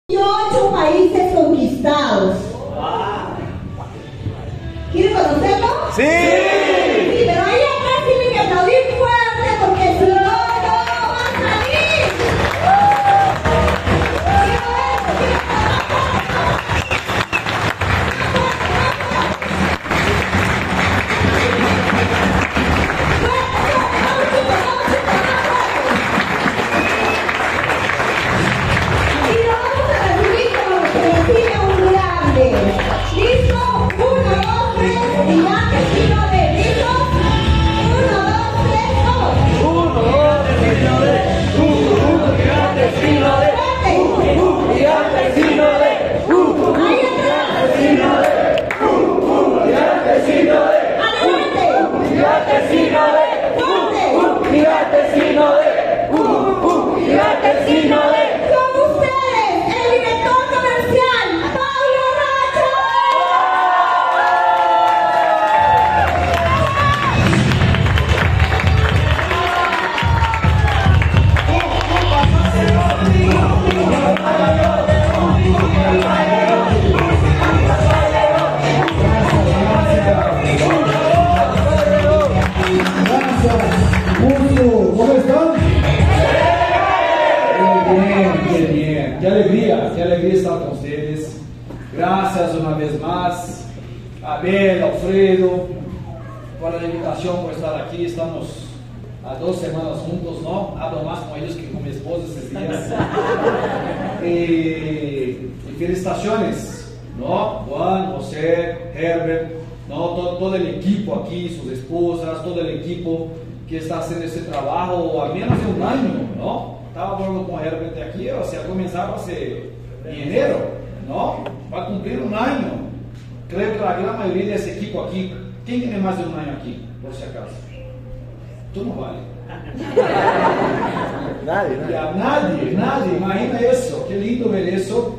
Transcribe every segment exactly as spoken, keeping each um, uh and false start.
y ocho países conquistados. ¿Quieren conocerlo? ¡Sí! Sí, pero ahí atrás tienen que aplaudir fuerte porque si no, no va a salir. Y lo vamos a recibir como que recibe un grande. ¿Listo? Uno, dos, tres, gigantes, signo de listos. Uno, dos, tres, dos. Uno, dos, signo de. Uh, uh, gigante, signo de. Uh, uh, gigante, signo de. Uh, uh, Ahí atrás. signo de. Uh, uh, gigante, signo de. Adelante. Gigante, signo de. Fuerte. Uh, gigante, signo de. Uh, uh, gigante, signo de. Con ustedes, el director comercial, Pablo Racho. Gusto, ¿cómo están? Qué bien, qué bien, qué alegría, qué alegría estar con ustedes. Gracias una vez más, Abel, Alfredo, por la invitación, por estar aquí. Estamos a dos semanas juntos, ¿no? Hablo más con ellos que con mi esposa estos días. y, y felicitaciones, ¿no? Juan, José, Herbert, ¿no? Todo, todo el equipo aquí, sus esposas, todo el equipo que está haciendo este trabajo a menos de un año, ¿no? Estaba hablando con Herbert aquí, o sea, comenzaba hace en enero, ¿no? Va a cumplir un año. Creo que la gran mayoría de ese equipo aquí, ¿quién tiene más de un año aquí, por si acaso? Tú no vale. Nadie, nadie. Ya, nadie, nadie, imagina eso, qué lindo ver eso.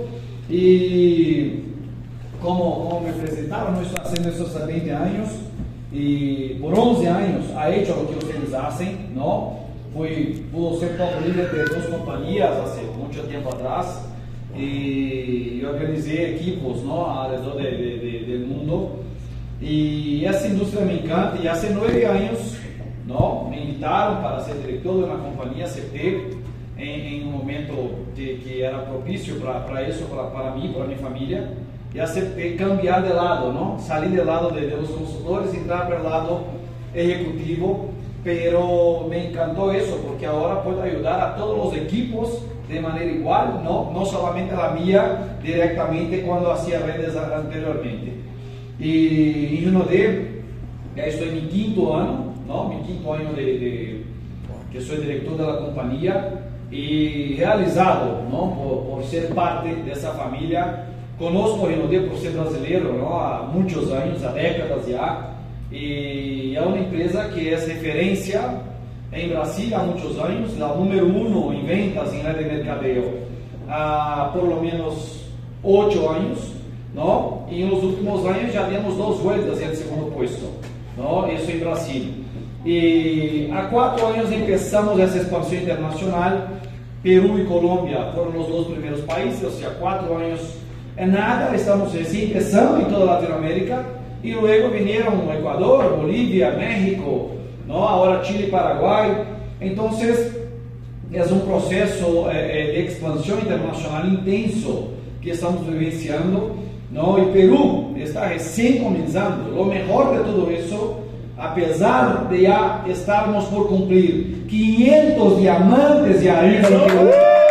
Y como, como me presentaron, no estoy haciendo esos hasta veinte años y por once años ha hecho lo que ustedes hacen, ¿no? Fui, pudo ser top líder de dos compañías hace mucho tiempo atrás y yo organizé equipos, ¿no? Alrededor de, de, de, del mundo y esa industria me encanta y hace nueve años, ¿no? Me invitaron para ser director de una compañía, acepté en, en un momento que, que era propicio para, para eso, para, para mí, para mi familia, y acepté cambiar de lado, ¿no? Salir del lado de, de los consultores y entrar para el lado ejecutivo, pero me encantó eso porque ahora puedo ayudar a todos los equipos de manera igual, ¿no? No solamente a la mía directamente cuando hacía redes anteriormente. Y, y uno de, ya estoy en mi quinto año, ¿no? Mi quinto año de, de que soy director de la compañía y realizado, ¿no? Por, por ser parte de esa familia. Conozco a Rinode por ser brasileiro, ¿no? Há muitos anos, há décadas já, e é uma empresa que é referência em Brasília há muitos anos, é o número um em ventas em rede de mercadeo há por lo menos oito anos, ¿no? E nos últimos anos já demos duas vueltas em segundo posto, ¿no? Isso em Brasília. E há quatro anos começamos essa expansão internacional. Peru e Colômbia foram os dois primeiros países, ou seja, quatro anos é nada, estamos recién empezando en toda Latinoamérica y luego vinieron Ecuador, Bolivia, México, ¿no? Ahora Chile y Paraguay. Entonces es un proceso eh, de expansión internacional intenso que estamos vivenciando, ¿no? Y Perú está recién comenzando. Lo mejor de todo eso, a pesar de ya estarmos por cumplir quinientos diamantes de arriba en Perú,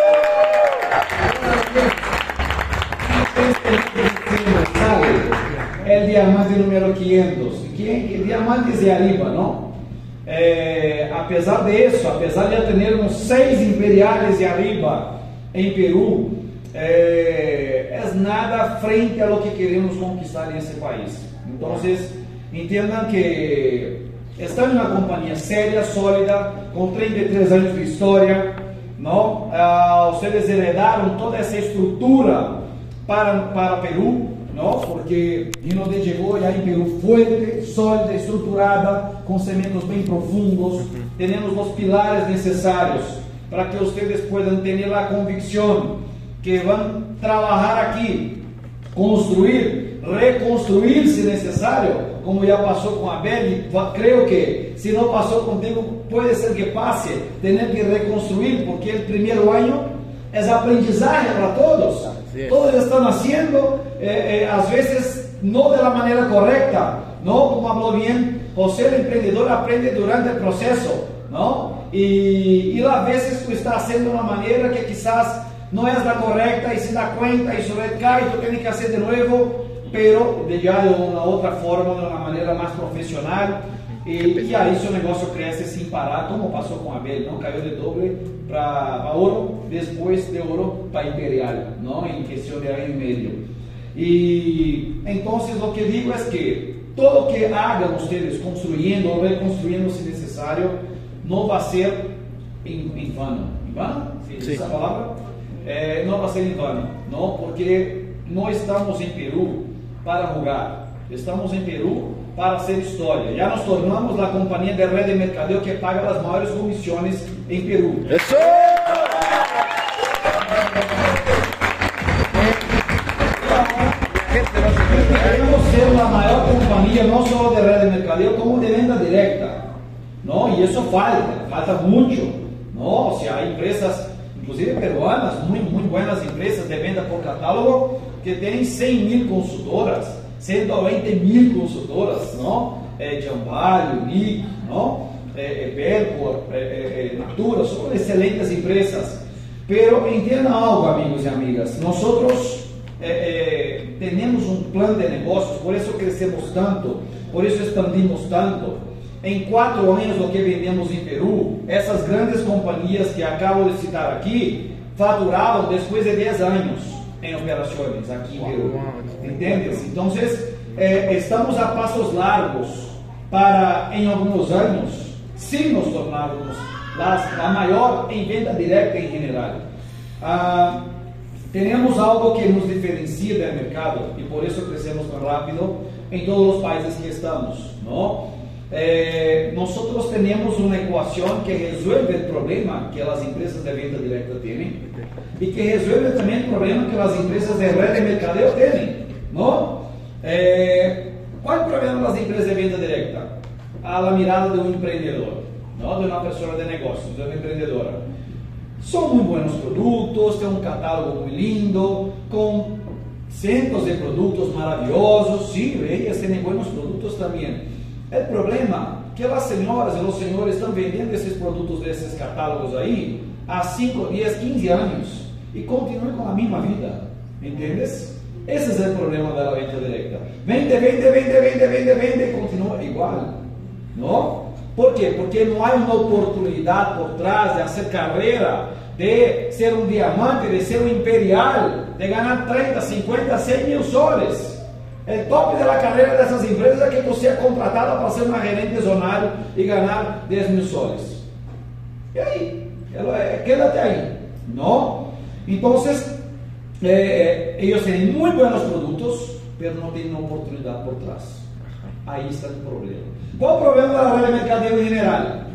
el diamante número quinientos, que el diamante es de arriba, ¿no? Eh, a pesar de eso, a pesar de tenermos seis imperiales de arriba en Perú, eh, es nada frente a lo que queremos conquistar en ese país. Entonces, entiendan que están en una compañía seria, sólida, con treinta y tres años de historia, ¿no? Uh, ustedes heredaron toda esa estructura para, para Perú, ¿no? Porque Rinode llegó ya en Perú fuerte, sólida, estructurada, con cimientos bien profundos. Tenemos los pilares necesarios para que ustedes puedan tener la convicción que van a trabajar aquí, construir, reconstruir si necesario, como ya pasó con Abel, y creo que si no pasó contigo, puede ser que pase, tener que reconstruir, porque el primer año es aprendizaje para todos. Todos están haciendo, eh, eh, a veces no de la manera correcta, ¿no? Como habló bien José, el emprendedor aprende durante el proceso, ¿no? Y, y a veces tú estás haciendo de una manera que quizás no es la correcta y se da cuenta y se recae y tú tienes que hacer de nuevo, pero de ya de una otra forma, de una manera más profesional. Y, y ahí su negocio crece sin parar, como pasó con Abel, ¿no? Cayó de doble para oro, después de oro para imperial, ¿no? En cuestión de año y medio. Y entonces lo que digo es que todo lo que hagan ustedes, construyendo o reconstruyendo si necesario, no va a ser en, en vano. ¿En vano? ¿Sí? Sí. ¿Esa palabra? Eh, no va a ser en vano, ¿no? Porque no estamos en Perú para jugar, estamos en Perú para hacer historia. Ya nos tornamos la compañía de red de mercadeo que paga las mayores comisiones en Perú. ¡Eso! Queremos ser la mayor compañía no solo de red de mercadeo, como de venta directa, ¿no? Y eso falta, falta mucho, ¿no? O sea, hay empresas, inclusive peruanas, muy, muy buenas empresas de venta por catálogo, que tienen cien mil consultoras, ciento veinte mil consultoras, ¿no? Eh, Jambalho, Nick, ¿no? Eh, Percor, eh, eh, Natura, son excelentes empresas. Pero entiendan algo, amigos y amigas, nosotros eh, eh, tenemos un plan de negocios, por eso crecemos tanto, por eso expandimos tanto. En cuatro años lo que vendemos en Perú, esas grandes compañías que acabo de citar aquí, faturaban después de diez años en operaciones aquí en Perú, ¿entiendes? Entonces, eh, estamos a pasos largos para, en algunos años, sí nos tornarmos las, la mayor en venta directa en general. Ah, tenemos algo que nos diferencia del mercado y por eso crecemos tan rápido en todos los países que estamos, ¿no? Eh, nosotros tenemos una ecuación que resuelve el problema que las empresas de venta directa tienen y que resuelve también el problema que las empresas de red de mercadeo tienen, ¿no? Eh, ¿Cuál es el problema de las empresas de venta directa? A la mirada de un emprendedor, ¿no? De una persona de negocios, de una emprendedora. Son muy buenos productos, tienen un catálogo muy lindo, con cientos de productos maravillosos, sí, ellas tienen buenos productos también. El problema es que las señoras y los señores están vendiendo esos productos de esos catálogos ahí a cinco, diez, quince años y continúan con la misma vida, ¿entiendes? Ese es el problema de la venta directa. Vende, vende, vende, vende, vende, vende y continúa igual, ¿no? ¿Por qué? Porque no hay una oportunidad por trás de hacer carrera, de ser un diamante, de ser un imperial, de ganar treinta, cincuenta, cien mil soles. El tope de la carrera de esas empresas es que tú seas contratado para ser una gerente zonal y ganar diez mil soles. Y ahí, quédate ahí, ¿no? Entonces, eh, ellos tienen muy buenos productos, pero no tienen oportunidad por trás. Ahí está el problema. ¿Cuál es el problema de la red de mercadeo en general?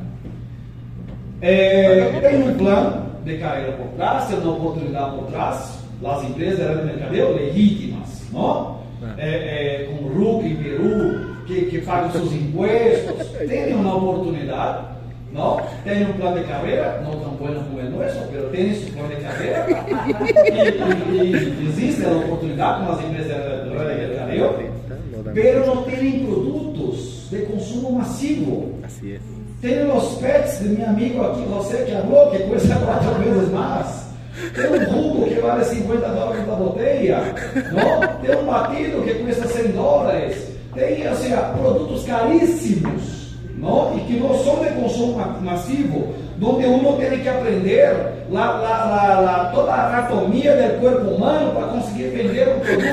Eh, tem un plan de carrera por trás, tem una oportunidad por trás. Las empresas de red de mercadeo legítimas, ¿no? Eh, eh, con R U C en Perú, que, que pagan sus impuestos, tienen una oportunidad, ¿no? Tienen un plan de carrera, no tan bueno como el nuestro, pero tienen su plan de carrera. Y, y, y existe la oportunidad con las empresas de red de mercadeo, pero no tienen productos de consumo masivo. Así es. Tienen los pets de mi amigo aquí, José, que habló, que cuesta cuatro veces más. Tem um jugo que vale cinquenta dólares da botella, não? Tem um batido que custa cem dólares. Tem, assim, produtos caríssimos, não? E que não são de consumo massivo, onde uno tem que aprender la, la, la, la, toda a anatomia do corpo humano para conseguir vender um produto.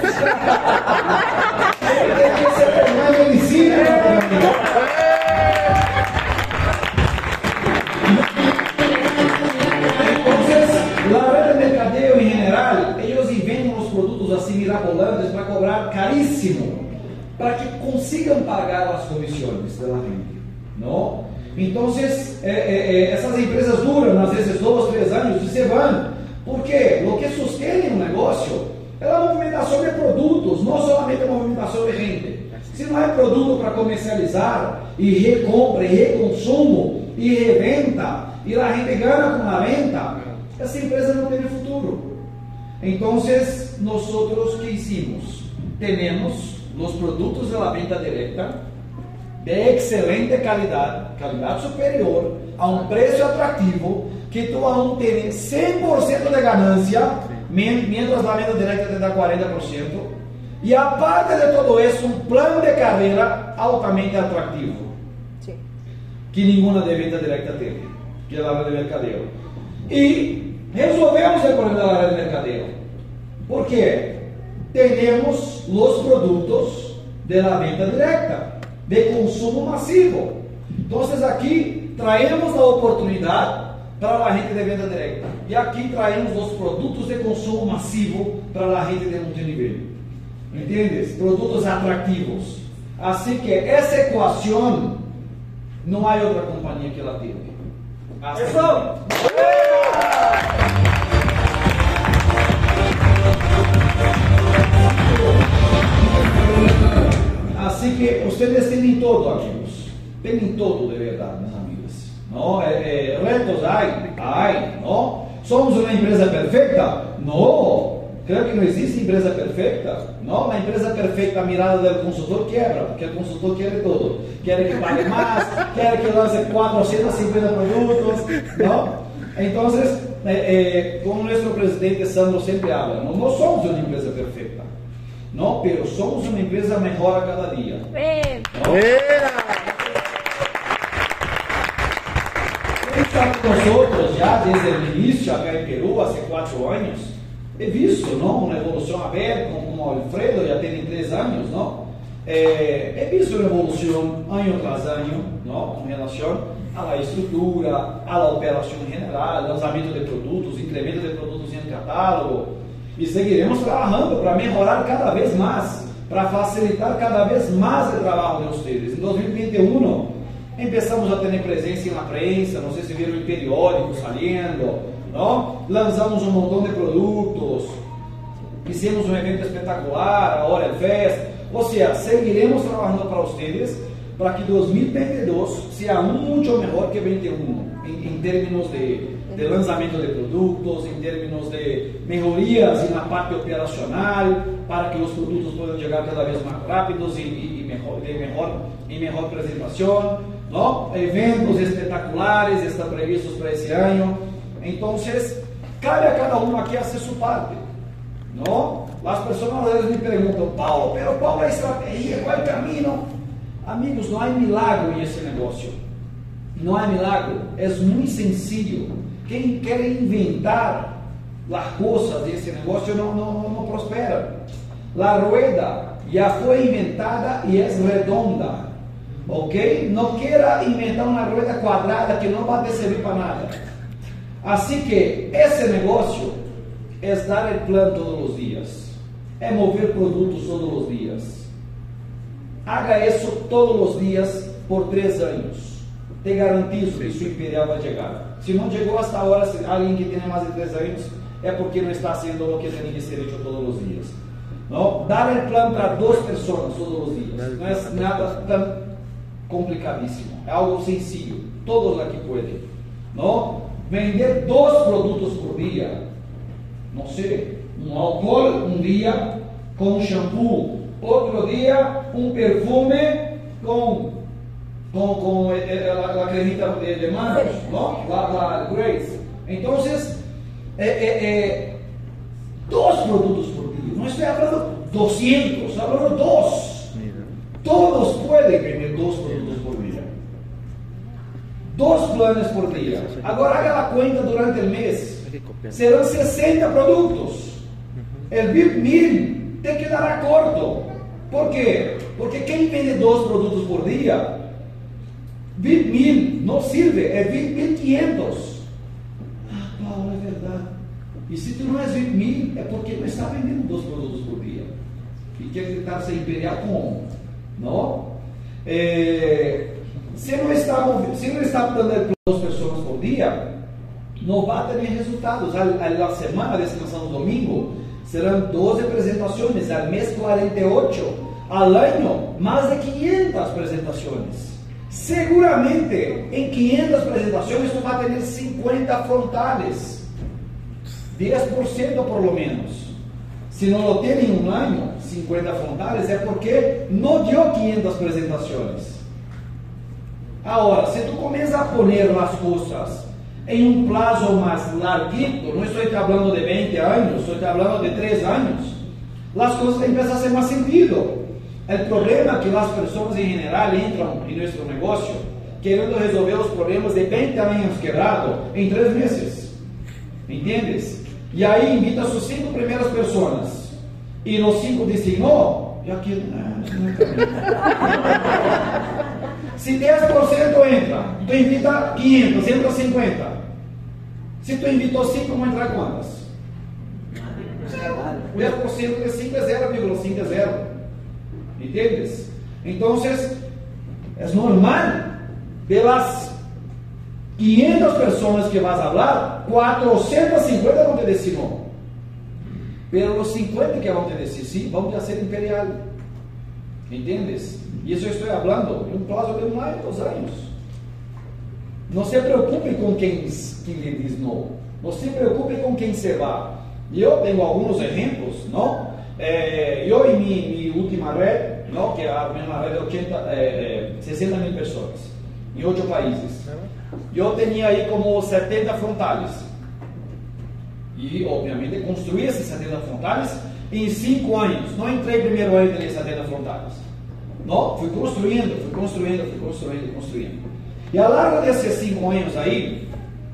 Tem que ser uma medicina, meu amigo. La red de mercadeo en general, ellos inventan los productos así mirabolantes para cobrar carísimo, para que consigan pagar las comisiones de la gente, ¿no? Entonces, eh, eh, esas empresas duran a veces dos, tres años y se van, Porque lo que sostiene un negocio es la movimentación de productos, no solamente movimentación de gente. Se não é produto para comercializar e recompra, e reconsumo, e reventa, e a gente ganha com a venta, essa empresa não tem futuro. Então, nós que hicimos? Temos os produtos de la venta directa de excelente qualidade, qualidade superior, a um preço atrativo, que tu aún tienes cem por ciento de ganancia, mientras la venta directa te da cuarenta por ciento. E aparte de todo isso, um plano de carreira altamente atrativo, sim, que nenhuma de venda direta tem, que é a área de mercadeo. E resolvemos o problema da área de mercadeo, porque temos os produtos de la venda direta, de consumo masivo. Então, aqui traemos a oportunidade para a gente de venda direta, e aqui traemos os produtos de consumo masivo para a gente de multinível. ¿Entiendes? Produtos atractivos. Así que esa ecuación no hay otra compañía que la tiene. ¡Eso! Así que ustedes tienen todo, amigos. Tienen todo de verdad, mis amigos. ¿No? Eh, eh, retos hay, hay, ¿no? ¿Somos una empresa perfecta? No. Creo que não existe empresa perfeita. Não, a empresa perfeita, a mirada do consultor quebra, porque o consultor quer tudo. Quer que pague mais, quer que lance quatrocentos e cinquenta produtos. Não? Então, eh, eh, como nosso presidente Sandro sempre habla, não, não somos uma empresa perfeita, não, pero somos uma empresa melhor a cada dia. Quem está com nós já desde o início, acá em Peru, há quatro anos, he visto, ¿no? Una evolución a ver, como Alfredo ya tiene tres años, ¿no? Eh, he visto una evolución año tras año, ¿no? En relación a la estructura, a la operación general, lanzamiento de productos, incremento de productos en el catálogo, y seguiremos trabajando para mejorar cada vez más, para facilitar cada vez más el trabajo de ustedes. En dos mil veintiuno empezamos a tener presencia en la prensa, no sé si vieron el periódico saliendo, ¿no? Lanzamos un montón de productos, hicimos un evento espectacular, ahora el Fest. O sea, seguiremos trabajando para ustedes para que dos mil veintidós sea mucho mejor que veintiuno en, en términos de, de lanzamiento de productos, en términos de mejorías en la parte operacional, para que los productos puedan llegar cada vez más rápidos y, y, y mejor, de mejor, y mejor presentación, ¿no? Eventos espectaculares están previstos para ese año. Entonces, cabe a cada uno aquí hacer su parte, ¿no? Las personas a veces me preguntan, Paulo, pero ¿cuál es la estrategia? ¿Cuál es el camino? Amigos, no hay milagro en ese negocio. No hay milagro. Es muy sencillo. Quien quiere inventar las cosas de ese negocio no, no, no, no prospera. La rueda ya fue inventada y es redonda, ¿ok? No quiera inventar una rueda cuadrada que no va a servir para nada. Así que esse negócio é dar o plano todos os dias, é mover produtos todos os dias. Haga isso todos os dias por três anos. Te garantizo que sua imperial vai chegar. Se não chegou hasta agora, se alguém que tem mais de três anos, é porque não está fazendo o que tem que ser feito todos os dias. Não? Dar o plano para duas pessoas todos os dias. Não é nada tão complicadíssimo. É algo sencillo. Todos aqui podem. Não? Vender dois produtos por dia, não sei, um álcool um dia com shampoo, outro dia um perfume com com, com a, a cremita de, de manos, não? La, la Grace. Então, é, é, é, dois produtos por dia, não estou falando duzentos, estou falando dois. Todos podem vender dois produtos por dia. Dos planos por dia. Agora haga a conta durante o mês. Serão sessenta produtos. O V I P mil tem que dar acordo. Por quê? Porque quem vende dois produtos por dia, V I P mil não serve, é V I P mil e quinhentos. Ah, Paulo, é verdade. E se tu não és V I P mil, é porque não está vendendo dois produtos por dia. E quer tentar ser imperial como? Não? É... Se não está, se não está dando duas pessoas por dia, no va a tener resultados. A, a la semana, descansando domingo, serán doce presentaciones, al mes cuarenta y ocho, al año más de quinientas presentaciones. Seguramente en quinientas presentaciones tú vas a tener cincuenta frontales, diez por ciento por lo menos. Si no lo tiene en un año, cincuenta frontales, es porque no dio quinientas presentaciones. Ahora, si tú comienzas a poner las cosas en un plazo más larguito, no estoy hablando de veinte años, estoy hablando de tres años, las cosas empiezan a hacer más sentido. El problema es que las personas en general entran en nuestro negocio queriendo resolver los problemas de veinte años quebrado en tres meses. ¿Entiendes? Y ahí invita a sus cinco primeras personas. Y los cinco dicen, no, yo quiero... Si diez por ciento entra, tú invita quinientos, entra cincuenta. Si tú invitó cinco, ¿va a entrar cuántas? Cero. diez por ciento de cinco es cero vírgula cinco es cero. ¿Entiendes? Entonces, es normal, de las quinientas personas que vas a hablar, cuatrocientas cincuenta van a decir no. Pero los cincuenta que van a decir sí, van a ser imperial. ¿Entiendes? Y eso estoy hablando en un plazo de un año, dos años. No se preocupe con quien, quien le dice no. No se preocupe con quien se va. Yo tengo algunos ejemplos, ¿no? Eh, yo en mi, mi última red, ¿no? Que es una red de ochenta, eh, sesenta mil personas en ocho países. Yo tenía ahí como setenta frontales. Y obviamente construí esas setenta frontales en cinco años. No entrei primeiro año de setenta frontales. No, fui construyendo, fui construyendo, fui construyendo, construyendo. Y a lo largo de esos cinco años ahí,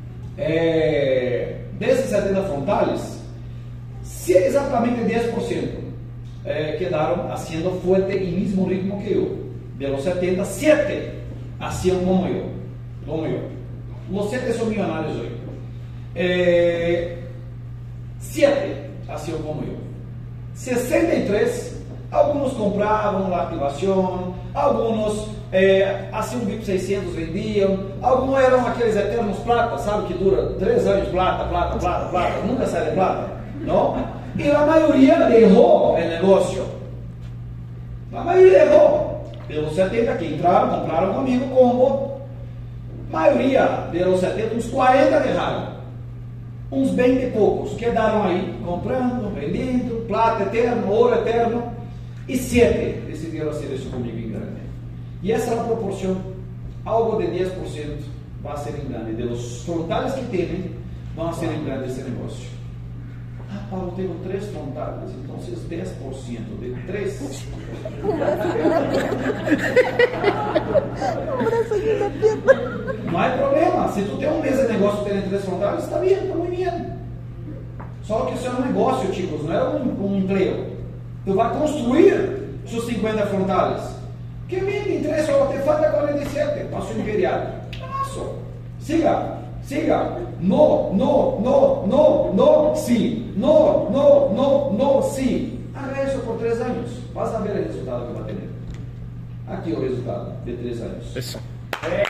eh, de esas setenta frontales, si exactamente diez por ciento eh, quedaron haciendo fuerte y mismo ritmo que yo. De los setenta, siete hacían como yo. Como yo. Los siete son millonarios hoy. Eh, siete hacían como yo. sesenta y tres, algunos compraban la activación, algunos eh, hacían un V I P seiscientos, vendían, algunos eran aqueles eternos plata, sabe que dura tres años, plata, plata, plata, plata, nunca sai de plata, ¿no? Y la mayoría dejó el negocio. La mayoría dejó. De los setenta que entraron, compraron conmigo combo, mayoría de los setenta, uns cuarenta dejaron. Uns veinte e poucos quedaram aí, comprando, vendendo, plata eterno, ouro eterno, e siete decidiram hacer isso comigo em grande. E essa é a proporção, algo de diez por ciento vai ser em grande. De los frontales que têm, vão ser em grande esse negócio. Ah, Paulo, tenho três frontales, então dez por ciento de três. Não há problema. Se tu tem um mês de negócio tendo três frontales, está bem, está muito bem. Só que isso é um negócio, chicos, não é um, um emprego. Tu vai construir suas cinquenta frontales. Que vende em três, só te falta quarenta e sete. Passo imperial. Passo. Siga, siga. No, no, no, no, no, sim. No, no, no, no, sim. Haga isso por três anos. Vas a ver o resultado que vai ter. Aqui o resultado de três anos. Isso. É.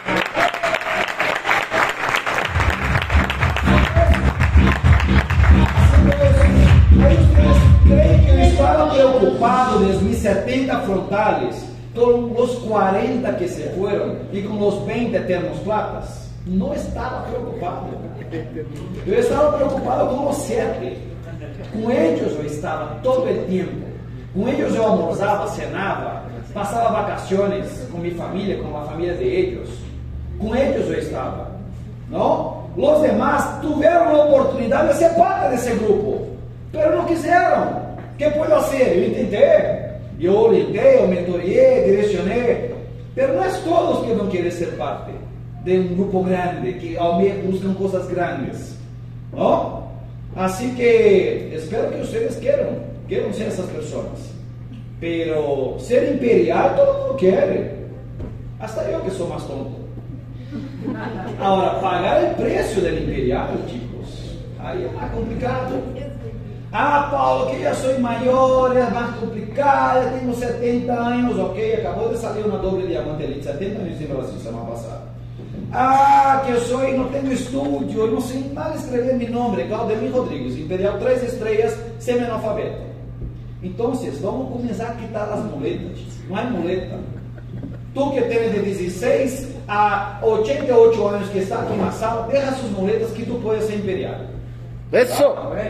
Creem que eu estava preocupado desde mis setenta frontales con los cuarenta que se fueron y con los veinte eternos platas. No estaba preocupado. Yo estaba preocupado con los siete. Con ellos yo estaba todo el tiempo. Con ellos yo almorzaba, cenaba, pasaba vacaciones con mi familia, con la familia de ellos. Con ellos yo estaba. ¿No? Los demás tuvieron la oportunidad de ser parte de ese grupo, pero no quisieron. ¿Qué puedo hacer? Yo intenté, yo orienté, yo mentoreé, direccioné, pero no es todos que no quieren ser parte de un grupo grande, que buscan cosas grandes, ¿no? Así que espero que ustedes quieran, quieran ser esas personas, pero ser imperial todo el mundo quiere, hasta yo que soy más tonto. Ahora, pagar el precio del imperial, chicos, ahí es más complicado. Ah, Paulo, que já sou maior, é mais complicado, eu tenho setenta anos, ok, acabou de sair uma doble diamante elite, setenta anos em Brasil, semana passada. Ah, que eu sou e não tenho estúdio, eu não sei mal escrever meu nome, Claudemir Rodrigues, Imperial três estrelas, semi-analfabeto. Então, vamos começar a quitar as muletas. Não é muleta. Tu que tem de dezesseis a ochenta e oito anos que está aqui na sala, deixa suas muletas que tu pode ser imperial. Isso!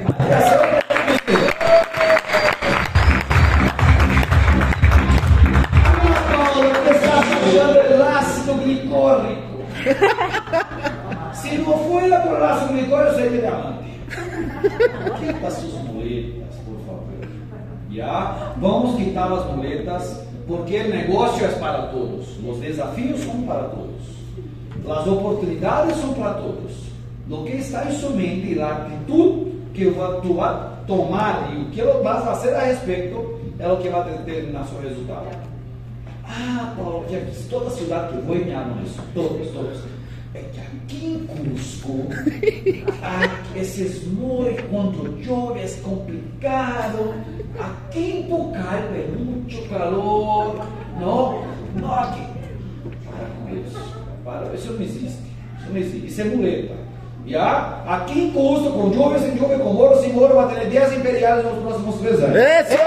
El ácido glicólico. Si no fuera por el ácido glicólico, sería diamante. Quita sus muletas, por favor. Ya, vamos quitar las muletas, porque el negocio es para todos. Los desafíos son para todos. Las oportunidades son para todos. Lo que está en su mente y la actitud que tú vas a tomar y lo que vas a hacer al respecto es lo que va a determinar su resultado. Ah, Paulo, que aqui, toda ciudad que voy me hablan isso, todos, todos. É que aqui em Cusco, aqui, esses muros, quando chove, é complicado. Aqui em Pucallpa é muito calor. Não, não, aqui. Para com isso. Para, isso não existe. Isso não existe. Isso é muleta. Já? Aqui em Cusco, com chove, sem chove, com moro, sem moro, vai ter dez imperiais nos próximos três anos. Isso!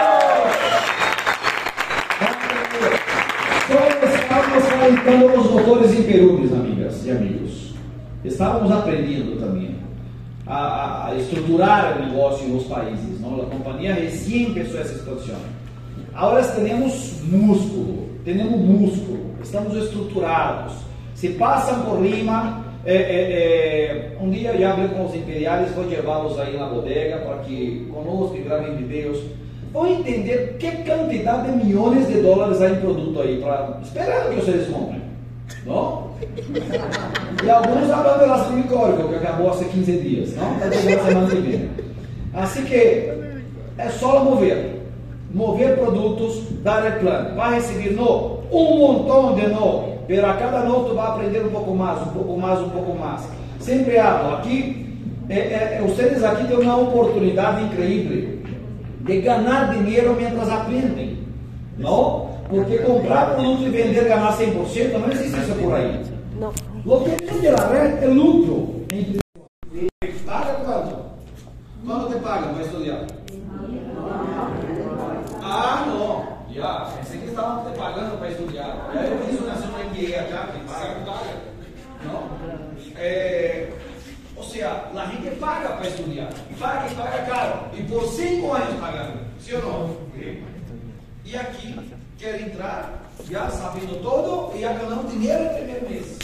Estávamos calentando os motores em Peru, minhas amigas e amigos. Estávamos aprendendo também a, a, a estruturar o negócio nos países. Não? A companhia recém começou essa expansão. Agora temos músculo, temos músculo, estamos estruturados. Se passam por Lima, é, é, é, um dia eu falei com os imperiais, vou levá-los aí na bodega para que conosco e gravem vídeos. Vão entender que quantidade de milhões de dólares há em produto aí, para esperar que vocês comprem, não? E alguns falam de ácido glicólico, que acabou há quinze dias, não? Está chegando a semana que vem. Assim que é só mover, mover produtos, dar o plano. Vai receber no, um montão de no, mas a cada no tu vai aprender um pouco mais, um pouco mais, um pouco mais. Sempre hablo, aqui, é, é, vocês aqui têm uma oportunidade incrível de ganhar dinheiro mientras aprendem, não? Porque comprar produto e vender, ganhar cem por cento, não existe isso por aí. Não. O que vende na rede é lucro. Paga quanto? Quanto te pagam para estudar? Ah, não. Já, pensei que estavam te pagando para estudar. Já eu fiz uma nação M B A já, que paga, paga. Não? É... Ou seja, a gente paga para estudar, paga e paga caro, e por cinco anos pagando, sim ou não? E aqui, quer entrar, já sabendo todo, e já ganhando dinheiro no primeiro mês.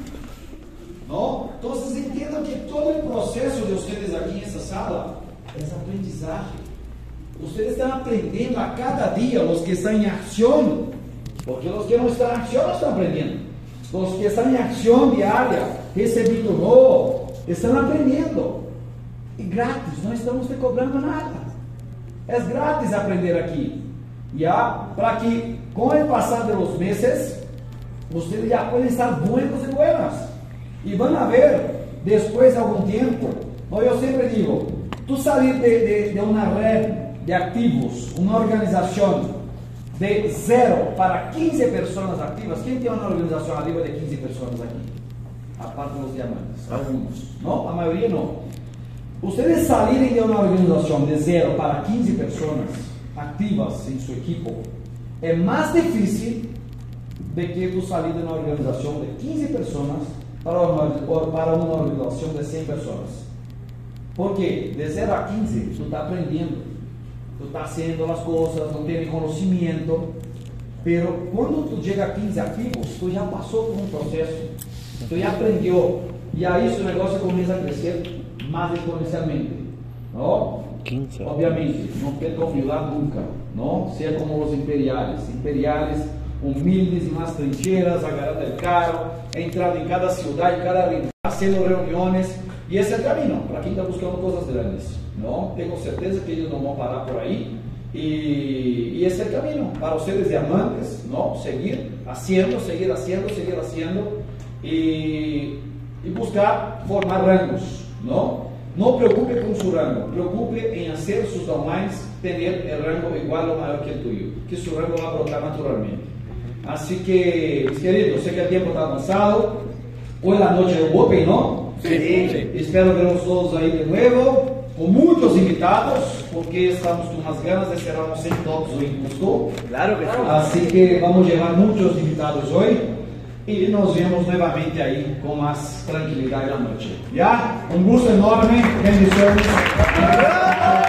Não? Então vocês entendam que todo o processo de vocês aqui nessa sala é aprendizagem. Vocês estão aprendendo a cada dia, os que estão em ação, porque os que não estão em ação não estão aprendendo. Os que estão em ação diária, recebendo no, estão aprendendo. E grátis, não estamos te cobrando nada. É grátis aprender aqui. Já, para que com o passar dos meses, vocês já podem estar buenos e buenas. E vão ver, depois de algum tempo, eu sempre digo, tu sair de, de, de uma rede de ativos, uma organização de zero para quinze pessoas ativas. Quem tem uma organização ativa de quinze pessoas aqui? A parte dos diamantes, alguns, não? A maioria não. Vocês saírem de uma organização de zero para quinze pessoas ativas em sua equipe, é mais difícil do que tu sair de uma organização de quinze pessoas para uma, para uma organização de cem pessoas. Porque de zero a quinze tu está aprendendo, tu está fazendo as coisas, não tem conhecimento, mas quando tu chega a quinze ativos, tu já passou por um processo, tu já aprendeu, e aí o negócio começa a crescer mais exponencialmente, não? quinze. Obviamente, não perca humildade nunca, não? Seja como os imperiais, imperiais humildes em las trincheiras, agarrando o carro, entrando em cada cidade, em cada região, fazendo reuniões, e esse é o caminho para quem está buscando coisas grandes, não? Tenho certeza que eles não vão parar por aí, e, e esse é o caminho para os seres diamantes, não? Seguir haciendo, seguir haciendo, seguir haciendo, e, e buscar formar rangos, não? Não preocupe com seu rango, preocupe em fazer seus downlines ter o rango igual ou maior que o tuyo, que seu rango vai brotar naturalmente. Assim que, mis queridos, sei que o tempo está avançado, Hoy la noche es Open, ¿no? Sí, sí. Espero verlos todos ahí de nuevo, con muchos invitados, porque estamos con unas ganas de cerrarnos en todos hoy, ¿gustó? Claro que sí. Así que vamos a llevar muchos invitados hoy y nos vemos nuevamente ahí con más tranquilidad en la noche. ¿Ya? Un gusto enorme, bendiciones.